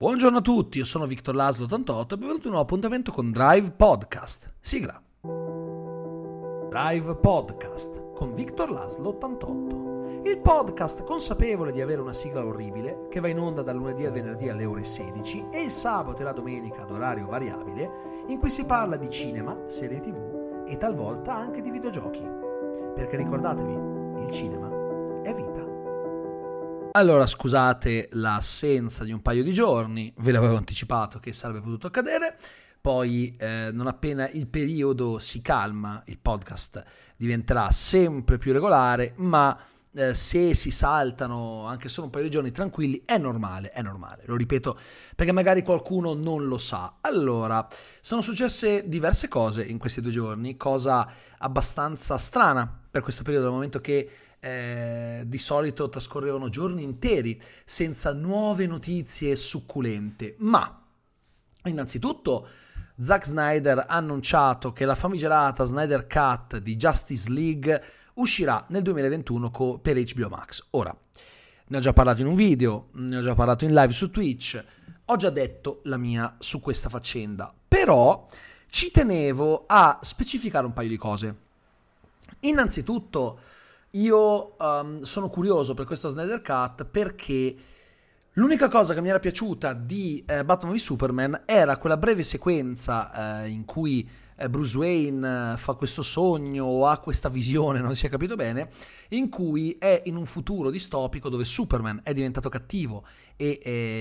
Buongiorno a tutti, io sono Victor Laszlo 88 e benvenuto in un nuovo appuntamento con Drive Podcast. Sigla. Drive Podcast con Victor Laszlo 88. Il podcast consapevole di avere una sigla orribile che va in onda dal lunedì al venerdì alle ore 16 e il sabato e la domenica ad orario variabile, in cui si parla di cinema, serie TV e talvolta anche di videogiochi. Perché ricordatevi, il cinema è vita. Allora, scusate l'assenza di un paio di giorni, ve l'avevo anticipato che sarebbe potuto accadere, poi non appena il periodo si calma il podcast diventerà sempre più regolare, ma se si saltano anche solo un paio di giorni tranquilli è normale, lo ripeto perché magari qualcuno non lo sa. Allora, sono successe diverse cose in questi 2 giorni, cosa abbastanza strana per questo periodo, dal momento che di solito trascorrevano giorni interi senza nuove notizie succulente. Ma innanzitutto Zack Snyder ha annunciato che la famigerata Snyder Cut di Justice League uscirà nel 2021 per HBO Max. Ora, ne ho già parlato in un video, ne ho già parlato in live su Twitch, ho già detto la mia su questa faccenda, però ci tenevo a specificare un paio di cose. Innanzitutto io sono curioso per questa Snyder Cut perché l'unica cosa che mi era piaciuta di Batman v Superman era quella breve sequenza in cui Bruce Wayne fa questo sogno o ha questa visione, non si è capito bene, in cui è in un futuro distopico dove Superman è diventato cattivo e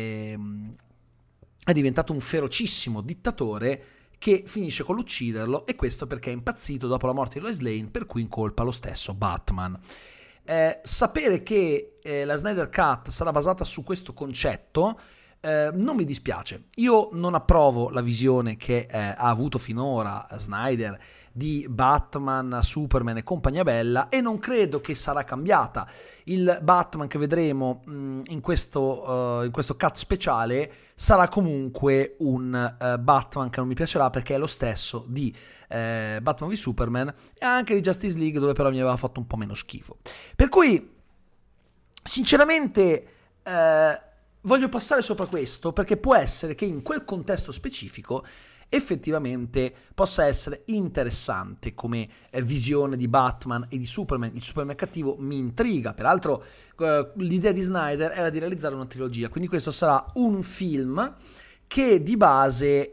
è diventato un ferocissimo dittatore che finisce con l'ucciderlo, e questo perché è impazzito dopo la morte di Lois Lane, per cui incolpa lo stesso Batman. Sapere che la Snyder Cut sarà basata su questo concetto non mi dispiace. Io non approvo la visione che ha avuto finora Snyder di Batman, Superman e compagnia bella, e non credo che sarà cambiata. Il Batman che vedremo in questo cut speciale sarà comunque un Batman che non mi piacerà, perché è lo stesso di Batman v Superman e anche di Justice League, dove però mi aveva fatto un po' meno schifo. Per cui sinceramente voglio passare sopra questo, perché può essere che in quel contesto specifico effettivamente possa essere interessante come visione di Batman e di Superman. Il Superman cattivo mi intriga, peraltro l'idea di Snyder era di realizzare una trilogia, quindi questo sarà un film che di base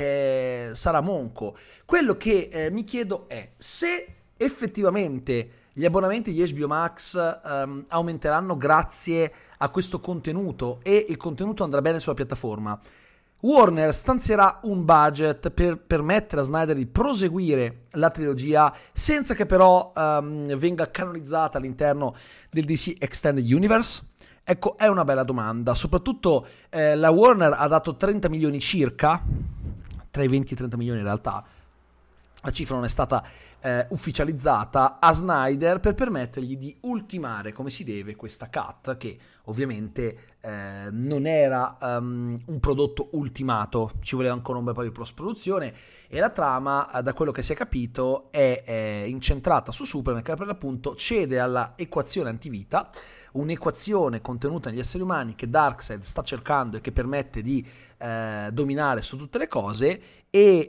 sarà monco. Quello che mi chiedo è se effettivamente gli abbonamenti di HBO Max aumenteranno grazie a questo contenuto e il contenuto andrà bene sulla piattaforma. Warner stanzierà un budget per permettere a Snyder di proseguire la trilogia senza che però venga canonizzata all'interno del DC Extended Universe? Ecco, è una bella domanda. Soprattutto la Warner ha dato 30 milioni circa, tra i 20 e i 30 milioni in realtà, la cifra non è stata ufficializzata, a Snyder per permettergli di ultimare come si deve questa cut, che ovviamente non era un prodotto ultimato, ci voleva ancora un bel po' di post-produzione, e la trama, da quello che si è capito, è incentrata su Superman, che per l'appunto cede alla equazione antivita, un'equazione contenuta negli esseri umani che Darkseid sta cercando e che permette di dominare su tutte le cose, e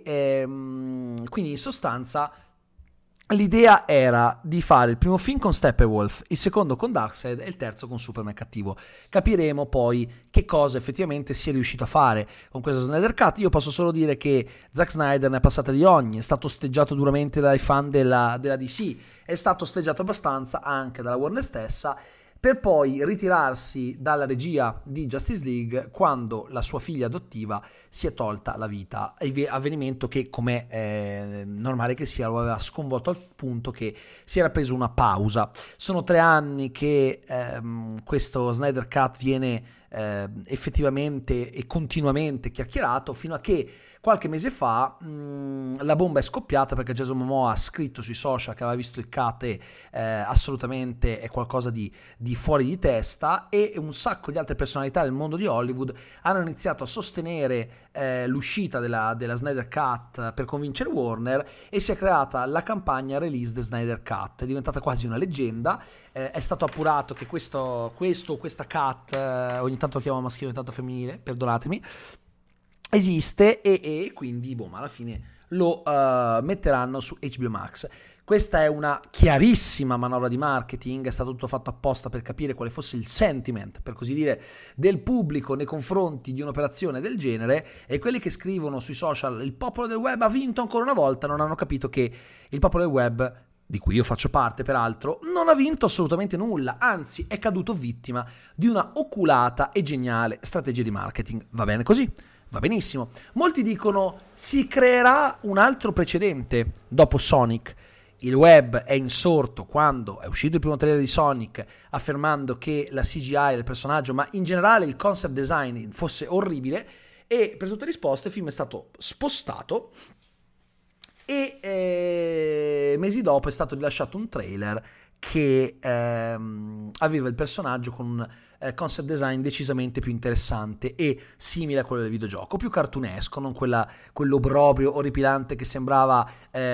quindi in sostanza l'idea era di fare il primo film con Steppenwolf, il secondo con Darkseid e il terzo con Superman cattivo. Capiremo poi che cosa effettivamente si è riuscito a fare con questa Snyder Cut. Io posso solo dire che Zack Snyder ne è passata di ogni, è stato osteggiato duramente dai fan della DC, è stato osteggiato abbastanza anche dalla Warner stessa, per poi ritirarsi dalla regia di Justice League quando la sua figlia adottiva si è tolta la vita, avvenimento che, come è normale che sia, lo aveva sconvolto al punto che si era preso una pausa. Sono 3 anni che questo Snyder Cut viene effettivamente e continuamente chiacchierato, fino a che qualche mese fa la bomba è scoppiata, perché Jason Momoa ha scritto sui social che aveva visto il cut e assolutamente è qualcosa di fuori di testa, e un sacco di altre personalità del mondo di Hollywood hanno iniziato a sostenere l'uscita della Snyder Cut per convincere Warner, e si è creata la campagna Release the Snyder Cut. È diventata quasi una leggenda. È stato appurato che questa cut ogni ogni tanto lo chiamo maschile, ogni tanto femminile, perdonatemi, esiste e quindi alla fine lo metteranno su HBO Max. Questa è una chiarissima manovra di marketing, è stato tutto fatto apposta per capire quale fosse il sentiment, per così dire, del pubblico nei confronti di un'operazione del genere, e quelli che scrivono sui social il popolo del web ha vinto ancora una volta non hanno capito che il popolo del web, di cui io faccio parte peraltro, non ha vinto assolutamente nulla, anzi è caduto vittima di una oculata e geniale strategia di marketing. Va bene così? Va benissimo. Molti dicono si creerà un altro precedente dopo Sonic. Il web è insorto quando è uscito il primo trailer di Sonic affermando che la CGI del personaggio, ma in generale il concept design fosse orribile, e per tutte le risposte il film è stato spostato e mesi dopo è stato rilasciato un trailer che aveva il personaggio con un concept design decisamente più interessante e simile a quello del videogioco, più cartunesco, non quell'obrobrio orripilante che sembrava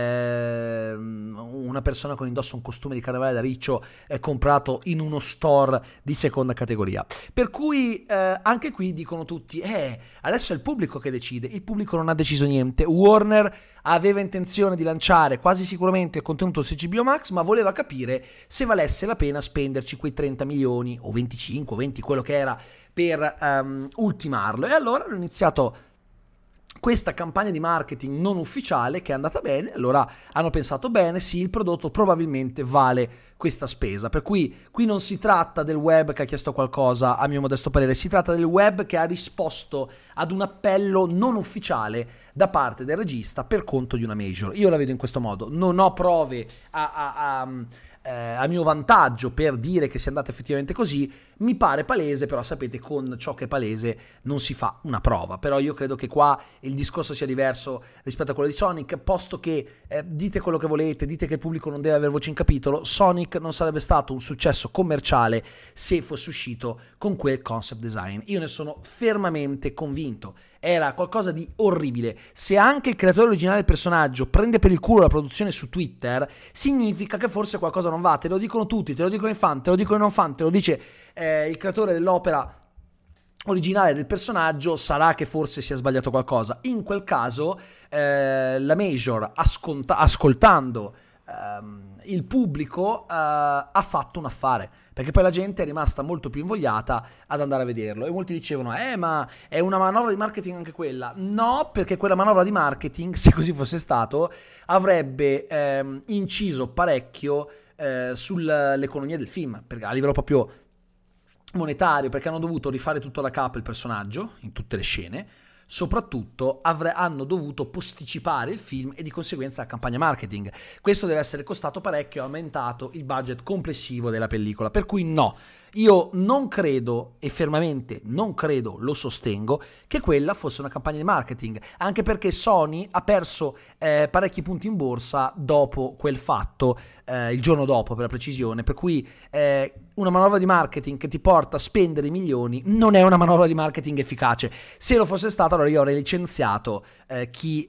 una persona con indosso un costume di carnevale da riccio comprato in uno store di seconda categoria. Per cui anche qui dicono tutti adesso è il pubblico che decide. Il pubblico non ha deciso niente. Warner aveva intenzione di lanciare quasi sicuramente il contenuto su HBO Max, ma voleva capire se valesse la pena spenderci quei 30 milioni o 25 o 20, quello che era, per ultimarlo. E allora hanno iniziato questa campagna di marketing non ufficiale che è andata bene. Allora hanno pensato bene, sì, il prodotto probabilmente vale questa spesa. Per cui qui non si tratta del web che ha chiesto qualcosa, a mio modesto parere, si tratta del web che ha risposto ad un appello non ufficiale da parte del regista per conto di una major. Io la vedo in questo modo, non ho prove a mio vantaggio per dire che sia andato effettivamente così. Mi pare palese, però sapete, con ciò che è palese non si fa una prova. Però io credo che qua il discorso sia diverso rispetto a quello di Sonic, posto che dite quello che volete, dite che il pubblico non deve avere voce in capitolo. Sonic non sarebbe stato un successo commerciale se fosse uscito con quel concept design. Io ne sono fermamente convinto. Era qualcosa di orribile. Se anche il creatore originale del personaggio prende per il culo la produzione su Twitter, significa che forse qualcosa non va. Te lo dicono tutti, te lo dicono i fan, te lo dicono i non fan, te lo dice il creatore dell'opera originale del personaggio. Sarà che forse si è sbagliato qualcosa. In quel caso la major, ascoltando il pubblico, ha fatto un affare, perché poi la gente è rimasta molto più invogliata ad andare a vederlo. E molti dicevano ma è una manovra di marketing anche quella. No, perché quella manovra di marketing, se così fosse stato, avrebbe inciso parecchio sull'economia del film, perché a livello proprio monetario, perché hanno dovuto rifare tutto da capo il personaggio in tutte le scene. Soprattutto hanno dovuto posticipare il film e di conseguenza la campagna marketing. Questo deve essere costato parecchio e ha aumentato il budget complessivo della pellicola. Per cui no, io non credo, e fermamente non credo, lo sostengo, che quella fosse una campagna di marketing, anche perché Sony ha perso parecchi punti in borsa dopo quel fatto, il giorno dopo per la precisione, per cui una manovra di marketing che ti porta a spendere milioni non è una manovra di marketing efficace. Se lo fosse stato, allora io avrei licenziato chi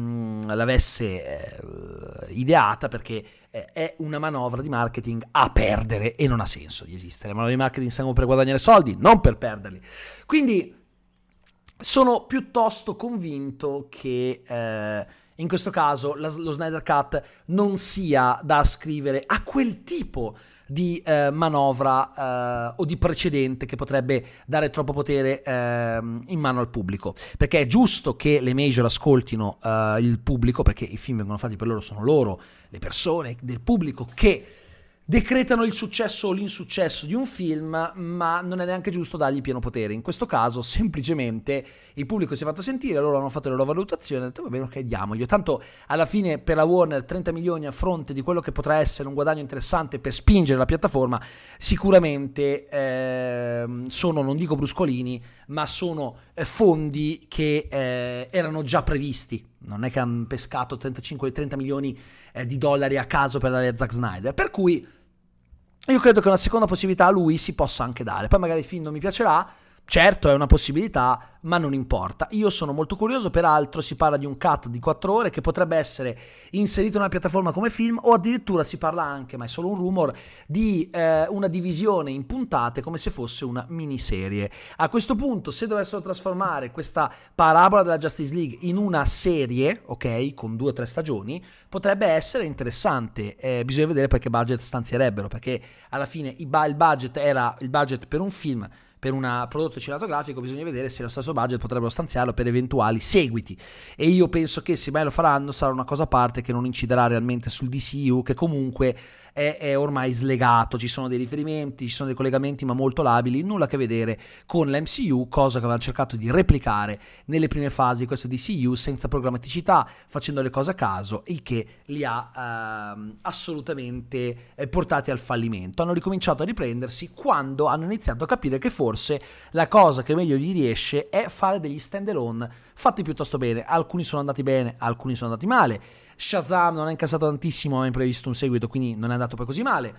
l'avesse ideata, perché è una manovra di marketing a perdere e non ha senso di esistere. Le manovre di marketing servono per guadagnare soldi, non per perderli. Quindi sono piuttosto convinto che in questo caso lo Snyder Cut non sia da ascrivere a quel tipo di manovra o di precedente che potrebbe dare troppo potere in mano al pubblico, perché è giusto che le major ascoltino il pubblico, perché i film vengono fatti per loro, sono loro le persone del pubblico che decretano il successo o l'insuccesso di un film, ma non è neanche giusto dargli pieno potere. In questo caso semplicemente il pubblico si è fatto sentire, loro hanno fatto le loro valutazioni e hanno detto va bene, ok, diamoglielo. Tanto alla fine per la Warner 30 milioni a fronte di quello che potrà essere un guadagno interessante per spingere la piattaforma sicuramente sono, non dico bruscolini, ma sono fondi che erano già previsti. Non è che hanno pescato 35-30 milioni di dollari a caso per dare a Zack Snyder. Per cui io credo che una seconda possibilità a lui si possa anche dare. Poi magari il film non mi piacerà, Certo, è una possibilità, ma non importa. Io sono molto curioso, peraltro si parla di un cut di 4 ore che potrebbe essere inserito in una piattaforma come film, o addirittura si parla anche, ma è solo un rumor, di una divisione in puntate come se fosse una miniserie. A questo punto, se dovessero trasformare questa parabola della Justice League in una serie, ok, con 2 o 3 stagioni, potrebbe essere interessante. Bisogna vedere perché budget stanzierebbero, perché alla fine il budget era il budget per un film, per un prodotto cinematografico. Bisogna vedere se lo stesso budget potrebbero stanziarlo per eventuali seguiti, e io penso che se mai lo faranno sarà una cosa a parte che non inciderà realmente sul DCU, che comunque è ormai slegato. Ci sono dei riferimenti, ci sono dei collegamenti, ma molto labili, nulla a che vedere con la MCU, cosa che avevano cercato di replicare nelle prime fasi di questo DCU senza programmaticità, facendo le cose a caso, il che li ha assolutamente portati al fallimento. Hanno ricominciato a riprendersi quando hanno iniziato a capire che forse la cosa che meglio gli riesce è fare degli stand alone fatti piuttosto bene. Alcuni sono andati bene, alcuni sono andati male. Shazam non ha incassato tantissimo, ma è previsto un seguito, quindi non è andato poi così male.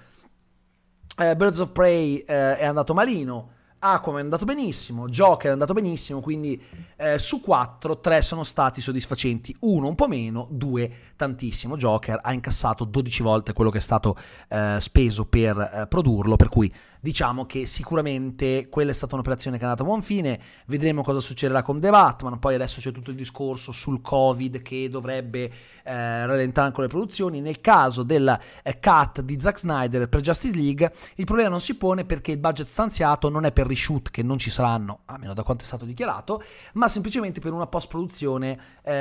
Birds of Prey è andato malino. Aquaman è andato benissimo, Joker è andato benissimo, quindi su 4, 3 sono stati soddisfacenti, 1 un po' meno, 2 tantissimo. Joker ha incassato 12 volte quello che è stato speso per produrlo, per cui diciamo che sicuramente quella è stata un'operazione che è andata a buon fine. Vedremo cosa succederà con The Batman. Poi adesso c'è tutto il discorso sul Covid che dovrebbe rallentare ancora le produzioni. Nel caso del cut di Zack Snyder per Justice League, il problema non si pone perché il budget stanziato non è per reshoot, che non ci saranno, a meno da quanto è stato dichiarato, ma semplicemente per una post-produzione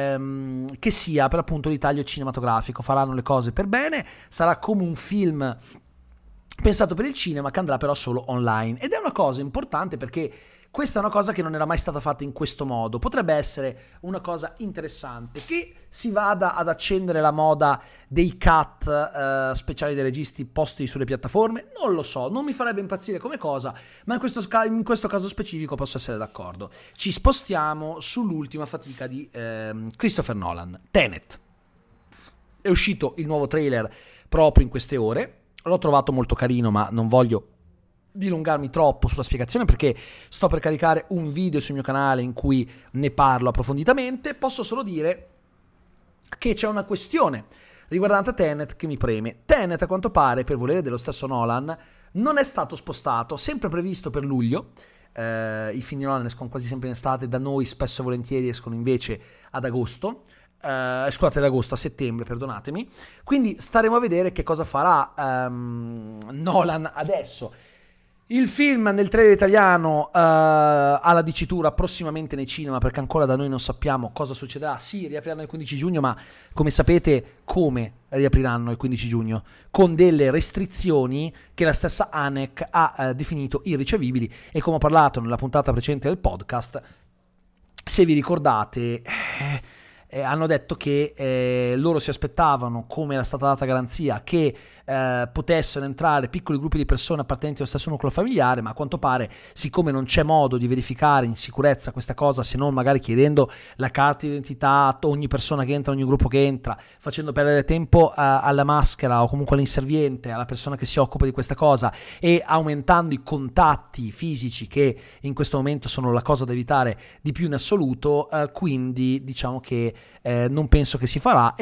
che sia per appunto di taglio cinematografico. Faranno le cose per bene, sarà come un film pensato per il cinema, che andrà però solo online, ed è una cosa importante perché questa è una cosa che non era mai stata fatta in questo modo. Potrebbe essere una cosa interessante che si vada ad accendere la moda dei cut speciali dei registi posti sulle piattaforme. Non lo so, non mi farebbe impazzire come cosa, ma in questo caso specifico posso essere d'accordo. Ci spostiamo sull'ultima fatica di Christopher Nolan, Tenet. È uscito il nuovo trailer proprio in queste ore. L'ho trovato molto carino, ma non voglio dilungarmi troppo sulla spiegazione perché sto per caricare un video sul mio canale in cui ne parlo approfonditamente. Posso solo dire che c'è una questione riguardante Tenet che mi preme. Tenet, a quanto pare, per volere dello stesso Nolan, non è stato spostato, sempre previsto per luglio. I film di Nolan escono quasi sempre in estate, da noi spesso e volentieri escono invece ad agosto. Scusate, ad agosto, a settembre, perdonatemi. Quindi staremo a vedere che cosa farà Nolan adesso. Il film nel trailer italiano ha la dicitura prossimamente nei cinema, perché ancora da noi non sappiamo cosa succederà. Sì, riapriranno il 15 giugno, ma come sapete come riapriranno il 15 giugno? Con delle restrizioni che la stessa ANEC ha definito irricevibili, e come ho parlato nella puntata precedente del podcast, se vi ricordate, hanno detto che loro si aspettavano, come era stata data garanzia, che potessero entrare piccoli gruppi di persone appartenenti allo stesso nucleo familiare, ma a quanto pare, siccome non c'è modo di verificare in sicurezza questa cosa, se non magari chiedendo la carta d'identità a ogni persona che entra, ogni gruppo che entra, facendo perdere tempo alla maschera o comunque all'inserviente, alla persona che si occupa di questa cosa, e aumentando i contatti fisici, che in questo momento sono la cosa da evitare di più in assoluto, quindi diciamo che non penso che si farà,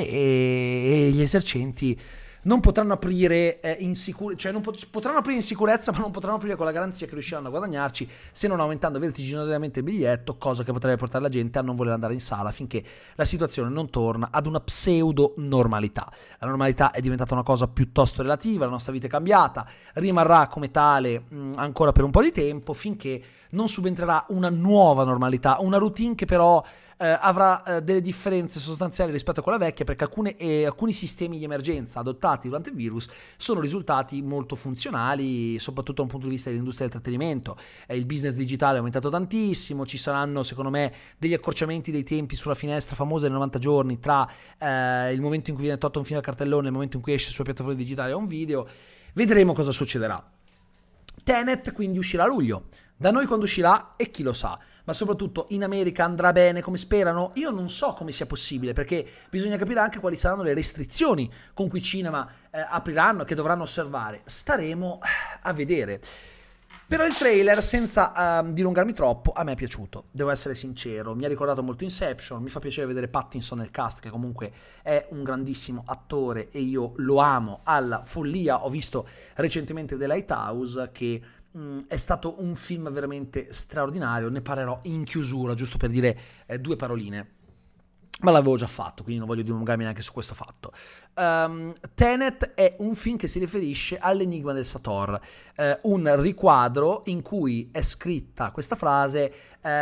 e gli esercenti non potranno aprire potranno aprire in sicurezza, ma non potranno aprire con la garanzia che riusciranno a guadagnarci, se non aumentando vertiginosamente il biglietto, cosa che potrebbe portare la gente a non voler andare in sala finché la situazione non torna ad una pseudo normalità. La normalità è diventata una cosa piuttosto relativa, la nostra vita è cambiata, rimarrà come tale ancora per un po' di tempo, finché non subentrerà una nuova normalità, una routine che però avrà delle differenze sostanziali rispetto a quella vecchia, perché alcuni sistemi di emergenza adottati durante il virus sono risultati molto funzionali, soprattutto da un punto di vista dell'industria del intrattenimento. Il business digitale è aumentato tantissimo, ci saranno secondo me degli accorciamenti dei tempi sulla finestra famosa dei 90 giorni tra il momento in cui viene tolto un film al cartellone e il momento in cui esce sulla piattaforma digitale o un video. Vedremo cosa succederà. Tenet quindi uscirà a luglio. Da noi quando uscirà e chi lo sa, ma soprattutto in America andrà bene come sperano? Io non so come sia possibile, perché bisogna capire anche quali saranno le restrizioni con cui i cinema apriranno, che dovranno osservare. Staremo a vedere. Però il trailer, senza dilungarmi troppo, a me è piaciuto, devo essere sincero, mi ha ricordato molto Inception, mi fa piacere vedere Pattinson nel cast, che comunque è un grandissimo attore e io lo amo alla follia. Ho visto recentemente The Lighthouse, che è stato un film veramente straordinario, ne parlerò in chiusura, giusto per dire due paroline. Ma l'avevo già fatto, quindi non voglio dilungarmi neanche su questo fatto. Tenet è un film che si riferisce all'enigma del Sator, un riquadro in cui è scritta questa frase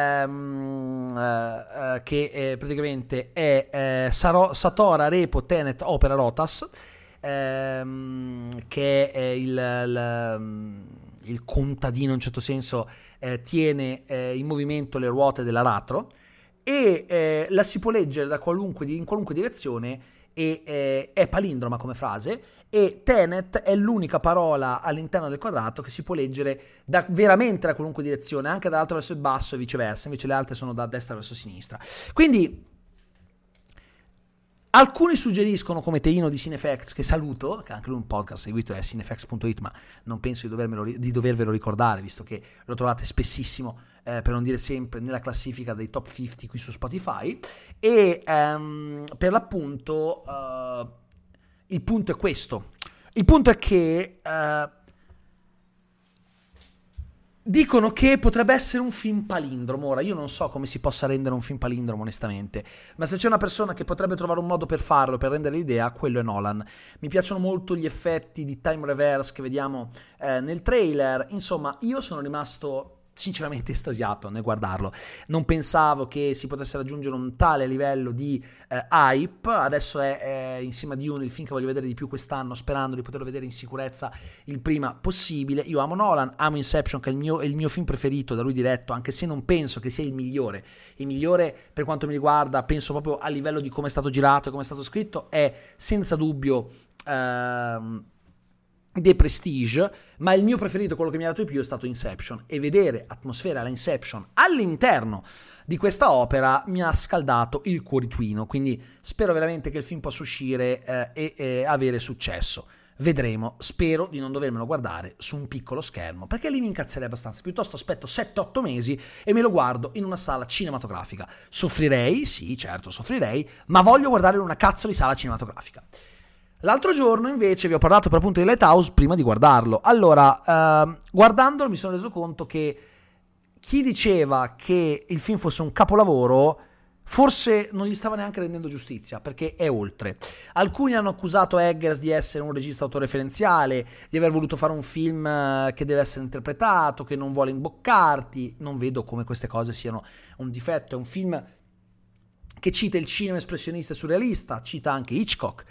che praticamente è Satora repo Tenet opera rotas, che è il contadino in un certo senso tiene in movimento le ruote dell'aratro, e la si può leggere in qualunque direzione, e è palindroma come frase, e Tenet è l'unica parola all'interno del quadrato che si può leggere veramente da qualunque direzione, anche dall'alto verso il basso e viceversa, invece le altre sono da destra verso sinistra. Quindi alcuni suggeriscono, come Teino di Cinefx, che saluto, che anche lui un podcast seguito è cinefx.it, ma non penso di dovervelo ricordare, visto che lo trovate spessissimo, per non dire sempre, nella classifica dei top 50 qui su Spotify. E per l'appunto il punto è questo. Il punto è che dicono che potrebbe essere un film palindromo. Ora, io non so come si possa rendere un film palindromo, onestamente, ma se c'è una persona che potrebbe trovare un modo per farlo, per rendere l'idea, quello è Nolan. Mi piacciono molto gli effetti di time reverse che vediamo nel trailer. Insomma, io sono rimasto sinceramente estasiato nel guardarlo. Non pensavo che si potesse raggiungere un tale livello di hype. Adesso è insieme a Dune il film che voglio vedere di più quest'anno, sperando di poterlo vedere in sicurezza il prima possibile. Io amo Nolan, amo Inception, che è il mio film preferito da lui diretto, anche se non penso che sia il migliore. Il migliore, per quanto mi riguarda, penso proprio a livello di come è stato girato e come è stato scritto, è senza dubbio The Prestige, ma il mio preferito, quello che mi ha dato di più, è stato Inception, e vedere atmosfera alla Inception all'interno di questa opera mi ha scaldato il cuoricino. Quindi spero veramente che il film possa uscire e avere successo. Vedremo, spero di non dovermelo guardare su un piccolo schermo, perché lì mi incazzerei abbastanza. Piuttosto aspetto 7-8 mesi e me lo guardo in una sala cinematografica. Soffrirei, sì, certo, soffrirei, ma voglio guardare in una cazzo di sala cinematografica. L'altro giorno invece vi ho parlato per appunto di Lighthouse prima di guardarlo. Allora, guardandolo mi sono reso conto che chi diceva che il film fosse un capolavoro forse non gli stava neanche rendendo giustizia, perché è oltre. Alcuni hanno accusato Eggers di essere un regista autoreferenziale, di aver voluto fare un film che deve essere interpretato, che non vuole imboccarti. Non vedo come queste cose siano un difetto. È un film che cita il cinema espressionista e surrealista, cita anche Hitchcock,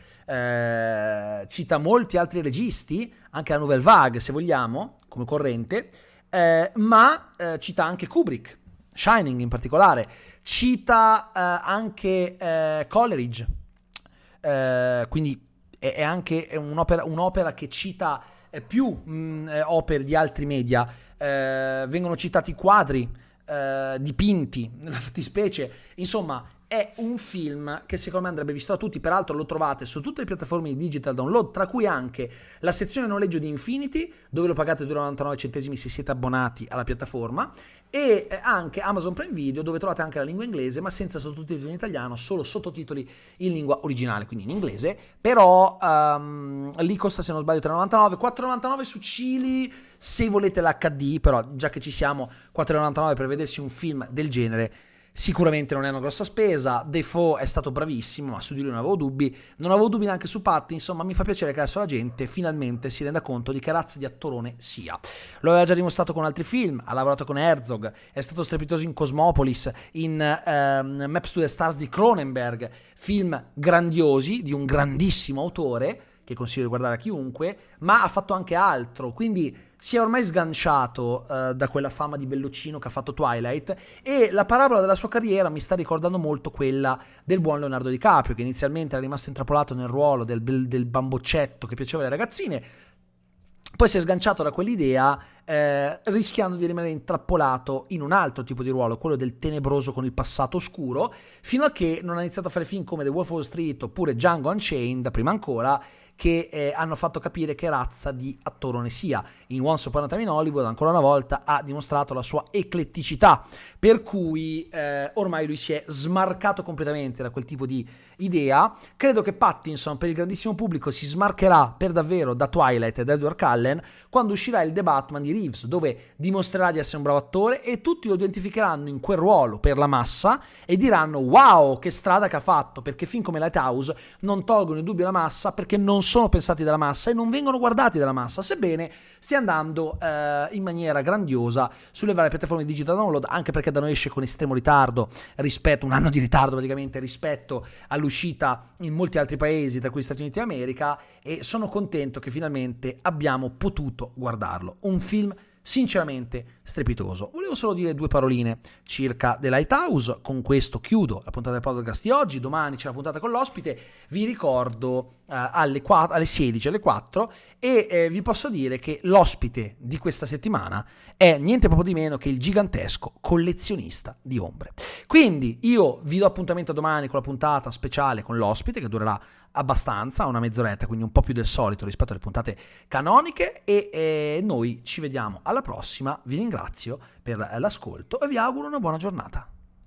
cita molti altri registi, anche la Nouvelle Vague se vogliamo, come corrente, ma cita anche Kubrick, Shining in particolare, cita anche Coleridge, quindi è anche un'opera che cita più opere di altri media. Vengono citati quadri, dipinti nella fattispecie. Insomma, è un film che secondo me andrebbe visto da tutti. Peraltro lo trovate su tutte le piattaforme di digital download, tra cui anche la sezione noleggio di Infinity, dove lo pagate 2,99 € se siete abbonati alla piattaforma, e anche Amazon Prime Video, dove trovate anche la lingua inglese, ma senza sottotitoli in italiano, solo sottotitoli in lingua originale, quindi in inglese. Però lì costa, se non sbaglio, 3,99, 4,99 su Cili se volete l'HD. Però già che ci siamo, 4,99 per vedersi un film del genere sicuramente non è una grossa spesa. Defoe è stato bravissimo, ma su di lui non avevo dubbi. Non avevo dubbi neanche su Pattinson. Insomma, mi fa piacere che adesso la gente finalmente si renda conto di che razza di attorone sia. Lo aveva già dimostrato con altri film, ha lavorato con Herzog, è stato strepitoso in Cosmopolis, in Maps to the Stars di Cronenberg, film grandiosi di un grandissimo autore che consiglio di guardare a chiunque, ma ha fatto anche altro, quindi si è ormai sganciato da quella fama di Bellocino che ha fatto Twilight, e la parabola della sua carriera mi sta ricordando molto quella del buon Leonardo DiCaprio, che inizialmente era rimasto intrappolato nel ruolo del bamboccetto che piaceva alle ragazzine, poi si è sganciato da quell'idea rischiando di rimanere intrappolato in un altro tipo di ruolo, quello del tenebroso con il passato oscuro, fino a che non ha iniziato a fare film come The Wolf of Wall Street oppure Django Unchained, prima ancora, che hanno fatto capire che razza di attore sia. In Once Upon a Time in Hollywood, ancora una volta, ha dimostrato la sua ecletticità, per cui ormai lui si è smarcato completamente da quel tipo di idea. Credo che Pattinson, per il grandissimo pubblico, si smarcherà per davvero da Twilight e da Edward Cullen quando uscirà il The Batman di Reeves, dove dimostrerà di essere un bravo attore e tutti lo identificheranno in quel ruolo per la massa e diranno wow, che strada che ha fatto, perché film come Lighthouse non tolgono in dubbio la massa, perché non sono pensati dalla massa e non vengono guardati dalla massa, sebbene stia andando in maniera grandiosa sulle varie piattaforme di digital download, anche perché da noi esce con estremo ritardo, rispetto un anno di ritardo praticamente rispetto all'uscita in molti altri paesi, tra cui Stati Uniti d'America, e sono contento che finalmente abbiamo potuto guardarlo. Un film sinceramente strepitoso. Volevo solo dire due paroline circa The Lighthouse. Con questo chiudo la puntata del podcast di oggi. Domani c'è la puntata con l'ospite, vi ricordo alle 16, alle 4, e vi posso dire che l'ospite di questa settimana è niente proprio di meno che il gigantesco collezionista di ombre. Quindi io vi do appuntamento domani con la puntata speciale con l'ospite, che durerà abbastanza, una mezz'oretta, quindi un po' più del solito rispetto alle puntate canoniche, e noi ci vediamo alla prossima. Vi ringrazio per l'ascolto e vi auguro una buona giornata.